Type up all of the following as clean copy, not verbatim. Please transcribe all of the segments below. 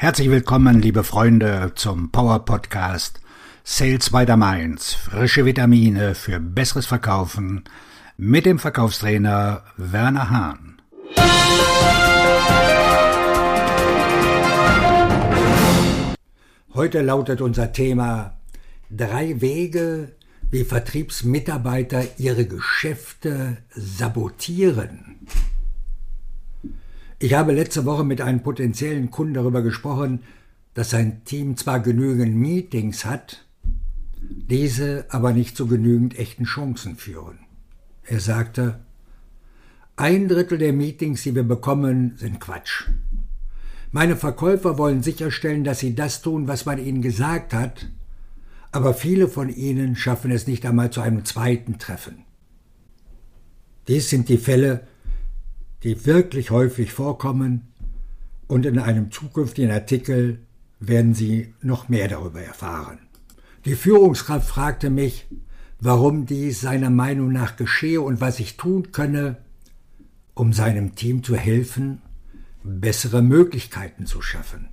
Herzlich willkommen, liebe Freunde, zum Power Podcast Sales by the Mainz. Frische Vitamine für besseres Verkaufen mit dem Verkaufstrainer Werner Hahn. Heute lautet unser Thema 3 Wege, wie Vertriebsmitarbeiter ihre Geschäfte sabotieren. Ich habe letzte Woche mit einem potenziellen Kunden darüber gesprochen, dass sein Team zwar genügend Meetings hat, diese aber nicht zu genügend echten Chancen führen. Er sagte, 1/3 der Meetings, die wir bekommen, sind Quatsch. Meine Verkäufer wollen sicherstellen, dass sie das tun, was man ihnen gesagt hat, aber viele von ihnen schaffen es nicht einmal zu einem zweiten Treffen. Dies sind die Fälle, die wirklich häufig vorkommen, und in einem zukünftigen Artikel werden Sie noch mehr darüber erfahren. Die Führungskraft fragte mich, warum dies seiner Meinung nach geschehe und was ich tun könne, um seinem Team zu helfen, bessere Möglichkeiten zu schaffen.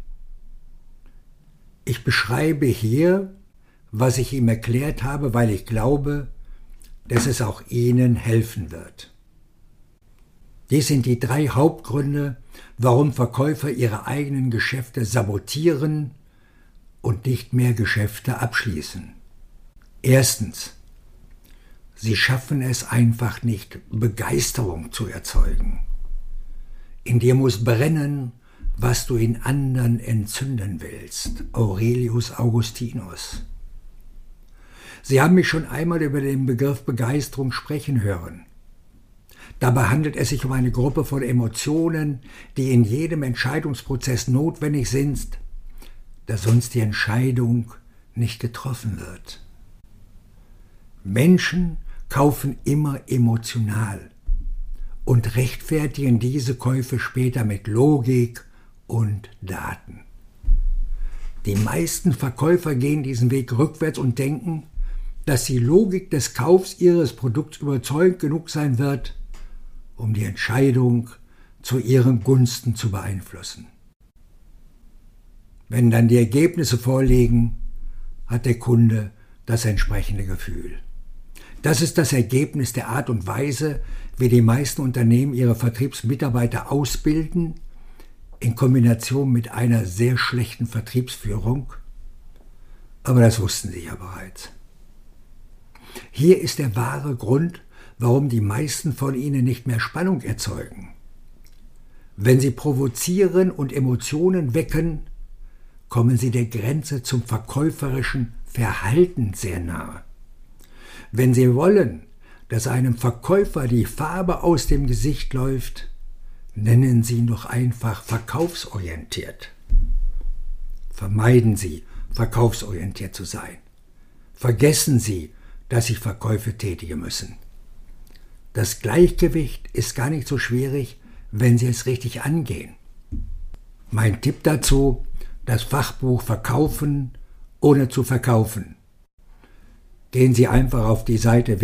Ich beschreibe hier, was ich ihm erklärt habe, weil ich glaube, dass es auch Ihnen helfen wird. Dies sind die 3 Hauptgründe, warum Verkäufer ihre eigenen Geschäfte sabotieren und nicht mehr Geschäfte abschließen. Erstens, sie schaffen es einfach nicht, Begeisterung zu erzeugen. In dir muss brennen, was du in anderen entzünden willst. Aurelius Augustinus. Sie haben mich schon einmal über den Begriff Begeisterung sprechen hören. Dabei handelt es sich um eine Gruppe von Emotionen, die in jedem Entscheidungsprozess notwendig sind, da sonst die Entscheidung nicht getroffen wird. Menschen kaufen immer emotional und rechtfertigen diese Käufe später mit Logik und Daten. Die meisten Verkäufer gehen diesen Weg rückwärts und denken, dass die Logik des Kaufs ihres Produkts überzeugend genug sein wird, um die Entscheidung zu ihren Gunsten zu beeinflussen. Wenn dann die Ergebnisse vorliegen, hat der Kunde das entsprechende Gefühl. Das ist das Ergebnis der Art und Weise, wie die meisten Unternehmen ihre Vertriebsmitarbeiter ausbilden, in Kombination mit einer sehr schlechten Vertriebsführung. Aber das wussten Sie ja bereits. Hier ist der wahre Grund, warum die meisten von ihnen nicht mehr Spannung erzeugen. Wenn sie provozieren und Emotionen wecken, kommen sie der Grenze zum verkäuferischen Verhalten sehr nahe. Wenn sie wollen, dass einem Verkäufer die Farbe aus dem Gesicht läuft, nennen Sie ihn doch einfach verkaufsorientiert. Vermeiden Sie, verkaufsorientiert zu sein. Vergessen Sie, dass Sie Verkäufe tätigen müssen. Das Gleichgewicht ist gar nicht so schwierig, wenn Sie es richtig angehen. Mein Tipp dazu, das Fachbuch Verkaufen ohne zu verkaufen. Gehen Sie einfach auf die Seite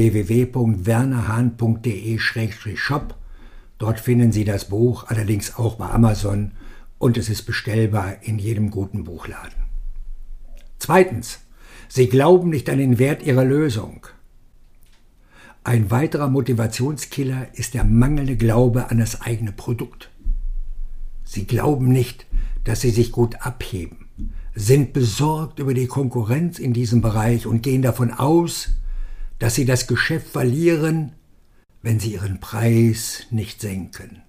www.wernerhahn.de/shop. Dort finden Sie das Buch, allerdings auch bei Amazon, und es ist bestellbar in jedem guten Buchladen. Zweitens, Sie glauben nicht an den Wert Ihrer Lösung. Ein weiterer Motivationskiller ist der mangelnde Glaube an das eigene Produkt. Sie glauben nicht, dass Sie sich gut abheben, sind besorgt über die Konkurrenz in diesem Bereich und gehen davon aus, dass Sie das Geschäft verlieren, wenn Sie Ihren Preis nicht senken.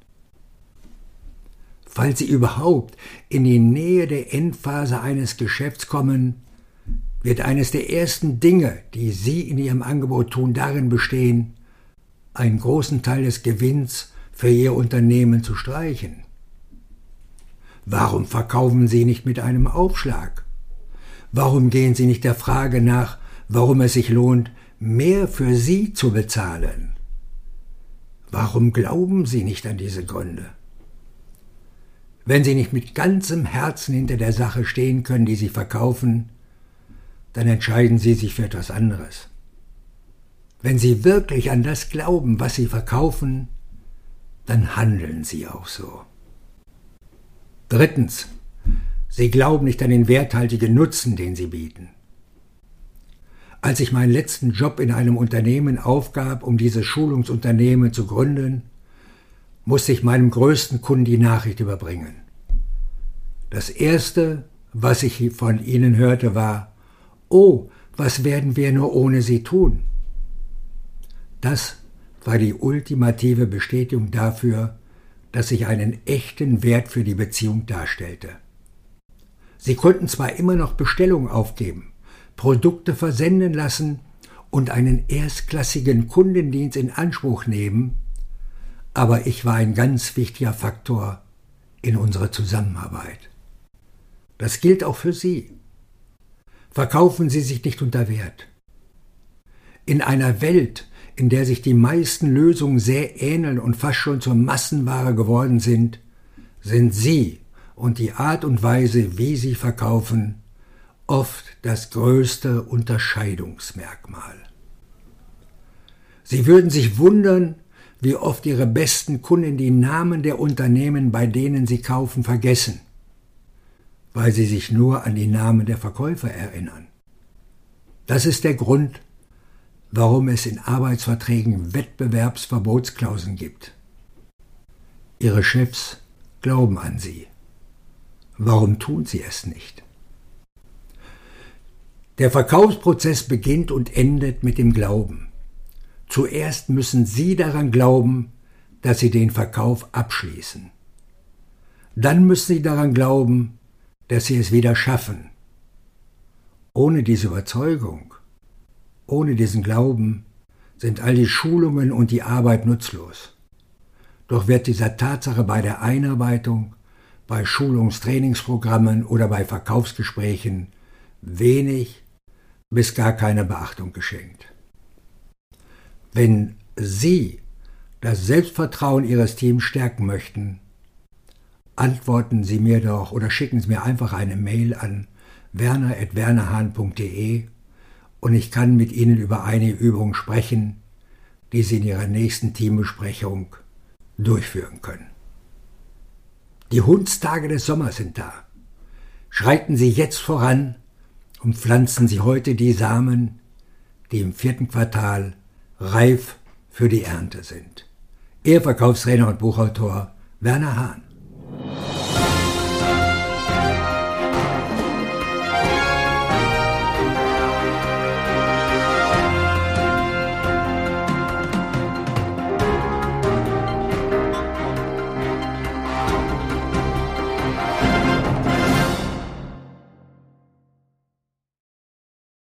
Falls Sie überhaupt in die Nähe der Endphase eines Geschäfts kommen, wird eines der ersten Dinge, die Sie in Ihrem Angebot tun, darin bestehen, einen großen Teil des Gewinns für Ihr Unternehmen zu streichen. Warum verkaufen Sie nicht mit einem Aufschlag? Warum gehen Sie nicht der Frage nach, warum es sich lohnt, mehr für Sie zu bezahlen? Warum glauben Sie nicht an diese Gründe? Wenn Sie nicht mit ganzem Herzen hinter der Sache stehen können, die Sie verkaufen, dann entscheiden Sie sich für etwas anderes. Wenn Sie wirklich an das glauben, was Sie verkaufen, dann handeln Sie auch so. Drittens, Sie glauben nicht an den werthaltigen Nutzen, den sie bieten. Als ich meinen letzten Job in einem Unternehmen aufgab, um dieses Schulungsunternehmen zu gründen, musste ich meinem größten Kunden die Nachricht überbringen. Das Erste, was ich von ihnen hörte, war: »Oh, was werden wir nur ohne Sie tun?« Das war die ultimative Bestätigung dafür, dass ich einen echten Wert für die Beziehung darstellte. Sie konnten zwar immer noch Bestellungen aufgeben, Produkte versenden lassen und einen erstklassigen Kundendienst in Anspruch nehmen, aber ich war ein ganz wichtiger Faktor in unserer Zusammenarbeit. Das gilt auch für Sie. Verkaufen Sie sich nicht unter Wert. In einer Welt, in der sich die meisten Lösungen sehr ähneln und fast schon zur Massenware geworden sind Sie und die Art und Weise, wie Sie verkaufen, oft das größte Unterscheidungsmerkmal. Sie würden sich wundern, wie oft Ihre besten Kunden die Namen der Unternehmen, bei denen sie kaufen, vergessen, weil sie sich nur an die Namen der Verkäufer erinnern. Das ist der Grund, warum es in Arbeitsverträgen Wettbewerbsverbotsklauseln gibt. Ihre Chefs glauben an Sie. Warum tun Sie es nicht? Der Verkaufsprozess beginnt und endet mit dem Glauben. Zuerst müssen Sie daran glauben, dass Sie den Verkauf abschließen. Dann müssen Sie daran glauben, dass Sie es wieder schaffen. Ohne diese Überzeugung, ohne diesen Glauben sind all die Schulungen und die Arbeit nutzlos. Doch wird dieser Tatsache bei der Einarbeitung, bei Schulungstrainingsprogrammen oder bei Verkaufsgesprächen wenig bis gar keine Beachtung geschenkt. Wenn Sie das Selbstvertrauen Ihres Teams stärken möchten, antworten Sie mir doch oder schicken Sie mir einfach eine Mail an werner@wernerhahn.de und ich kann mit Ihnen über eine Übung sprechen, die Sie in Ihrer nächsten Teambesprechung durchführen können. Die Hundstage des Sommers sind da. Schreiten Sie jetzt voran und pflanzen Sie heute die Samen, die im 4. Quartal reif für die Ernte sind. Ihr Verkaufstrainer und Buchautor Werner Hahn.